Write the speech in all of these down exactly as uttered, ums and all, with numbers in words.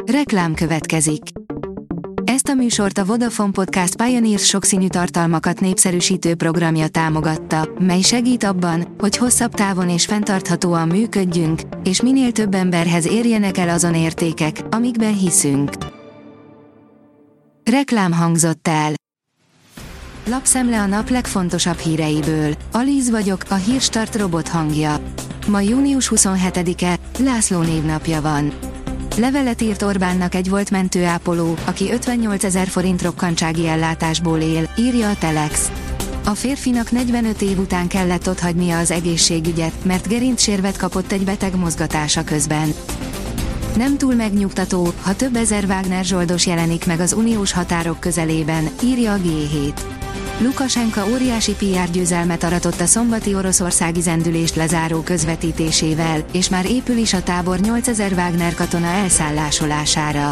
Reklám következik. Ezt a műsort a Vodafone Podcast Pioneers sokszínű tartalmakat népszerűsítő programja támogatta, mely segít abban, hogy hosszabb távon és fenntarthatóan működjünk, és minél több emberhez érjenek el azon értékek, amikben hiszünk. Reklám hangzott el. Lapszemle a nap legfontosabb híreiből. Alíz vagyok, a Hírstart robot hangja. Ma június huszonhetedike, László névnapja van. Levelet írt Orbánnak egy volt mentőápoló, aki ötvennyolcezer forint rokkantsági ellátásból él, írja a Telex. A férfinak negyvenöt év után kellett otthagynia az egészségügyet, mert gerincsérvet kapott egy beteg mozgatása közben. Nem túl megnyugtató, ha több ezer Wagner zsoldos jelenik meg az uniós határok közelében, írja a gé hét. Lukasenka óriási pé er győzelmet aratott a szombati oroszországi zendülést lezáró közvetítésével, és már épül is a tábor nyolcezer Wagner katona elszállásolására.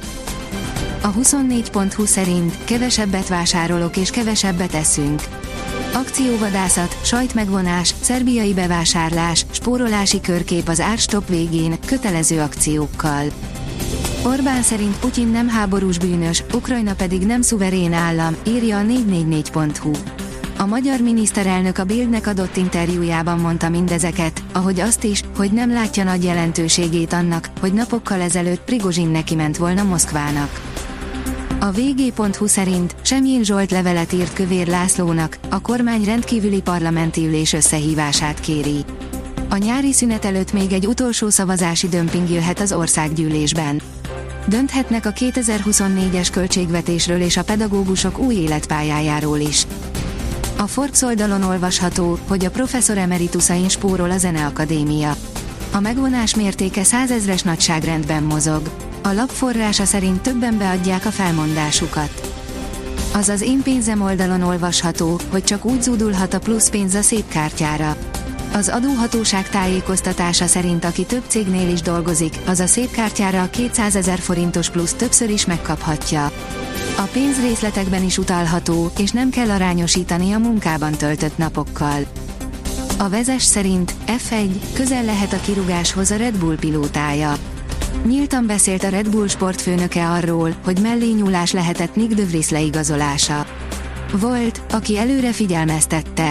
A huszonnégy pont hu szerint kevesebbet vásárolok és kevesebbet eszünk. Akcióvadászat, sajtmegvonás, szerbiai bevásárlás, spórolási körkép az árstopp végén, kötelező akciókkal. Orbán szerint Putyin nem háborús bűnös, Ukrajna pedig nem szuverén állam, írja a négy négy négy pont hu. A magyar miniszterelnök a Bildnek adott interjújában mondta mindezeket, ahogy azt is, hogy nem látja nagy jelentőségét annak, hogy napokkal ezelőtt Prigozsin neki ment volna Moszkvának. A vé gé pont hu szerint Semjén Zsolt levelet írt Kövér Lászlónak, a kormány rendkívüli parlamenti ülés összehívását kéri. A nyári szünet előtt még egy utolsó szavazási dömping jöhet az országgyűlésben. Dönthetnek a kétezer-huszonnégyes költségvetésről és a pedagógusok új életpályájáról is. A Forbes oldalon olvasható, hogy a professzor emerituszain spórol a Zeneakadémia. A megvonás mértéke százezres nagyságrendben mozog. A lap forrása szerint többen beadják a felmondásukat. Az az Én pénzem oldalon olvasható, hogy csak úgy zúdulhat a plusz pénz a szép kártyára. Az adóhatóság tájékoztatása szerint aki több cégnél is dolgozik, az a szép kártyára a kétszázezer forintos plusz többször is megkaphatja. A pénz részletekben is utalható, és nem kell arányosítani a munkában töltött napokkal. A Vezes szerint ef egy, közel lehet a kirúgáshoz a Red Bull pilótája. Nyíltan beszélt a Red Bull sportfőnöke arról, hogy mellényúlás lehetett Nick de Vries leigazolása. Volt, aki előre figyelmeztette.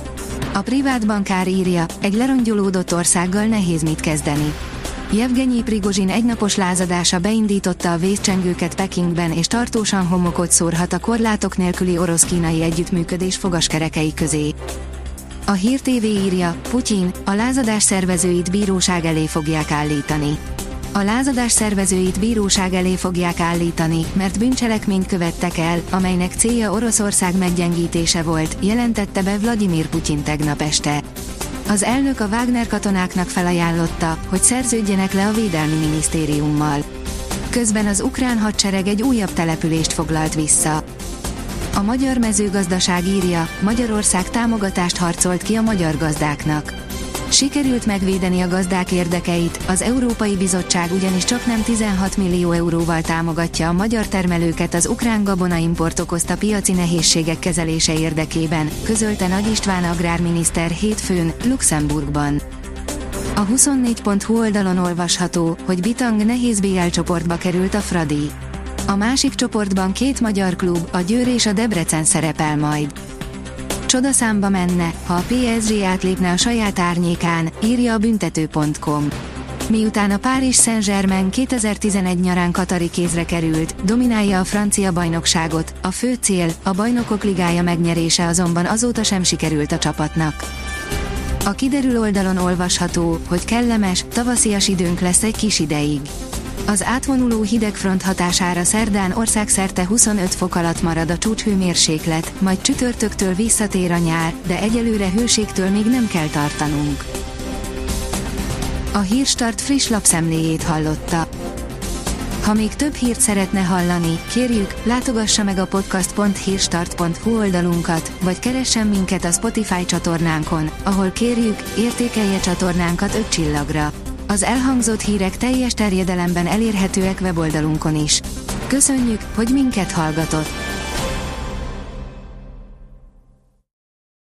A privát bankár írja, egy lerongyolódott országgal nehéz mit kezdeni. Jevgenyi Prigozsin egynapos lázadása beindította a vészcsengőket Pekingben és tartósan homokot szórhat a korlátok nélküli orosz-kínai együttműködés fogaskerekei közé. A Hír té vé írja, Putyin, a lázadás szervezőit bíróság elé fogják állítani. A lázadás szervezőit bíróság elé fogják állítani, mert bűncselekményt követtek el, amelynek célja Oroszország meggyengítése volt, jelentette be Vladimir Putyin tegnap este. Az elnök a Wagner katonáknak felajánlotta, hogy szerződjenek le a Védelmi Minisztériummal. Közben az ukrán hadsereg egy újabb települést foglalt vissza. A Magyar Mezőgazdaság írja, Magyarország támogatást harcolt ki a magyar gazdáknak. Sikerült megvédeni a gazdák érdekeit, az Európai Bizottság ugyanis csaknem tizenhat millió euróval támogatja a magyar termelőket az ukrán gabonaimport okozta piaci nehézségek kezelése érdekében, közölte Nagy István agrárminiszter hétfőn, Luxemburgban. A huszonnégy pont hu oldalon olvasható, hogy Bitang nehéz bé el csoportba került a Fradi. A másik csoportban két magyar klub, a Győr és a Debrecen szerepel majd. Csodaszámba menne, ha a pé es gé átlépne a saját árnyékán, írja a büntető pont com. Miután a Paris Saint-Germain kétezer-tizenegy nyarán katari kézre került, dominálja a francia bajnokságot, a fő cél, a Bajnokok Ligája megnyerése azonban azóta sem sikerült a csapatnak. A Kiderül oldalon olvasható, hogy kellemes, tavaszias időnk lesz egy kis ideig. Az átvonuló hidegfront hatására szerdán országszerte huszonöt fok alatt marad a csúcshőmérséklet, majd csütörtöktől visszatér a nyár, de egyelőre hőségtől még nem kell tartanunk. A Hírstart friss lapszemléjét hallotta. Ha még több hírt szeretne hallani, kérjük, látogassa meg a podcast pont hírstart pont hu oldalunkat, vagy keressen minket a Spotify csatornánkon, ahol kérjük, értékelje csatornánkat öt csillagra. Az elhangzott hírek teljes terjedelemben elérhetőek weboldalunkon is. Köszönjük, hogy minket hallgatott!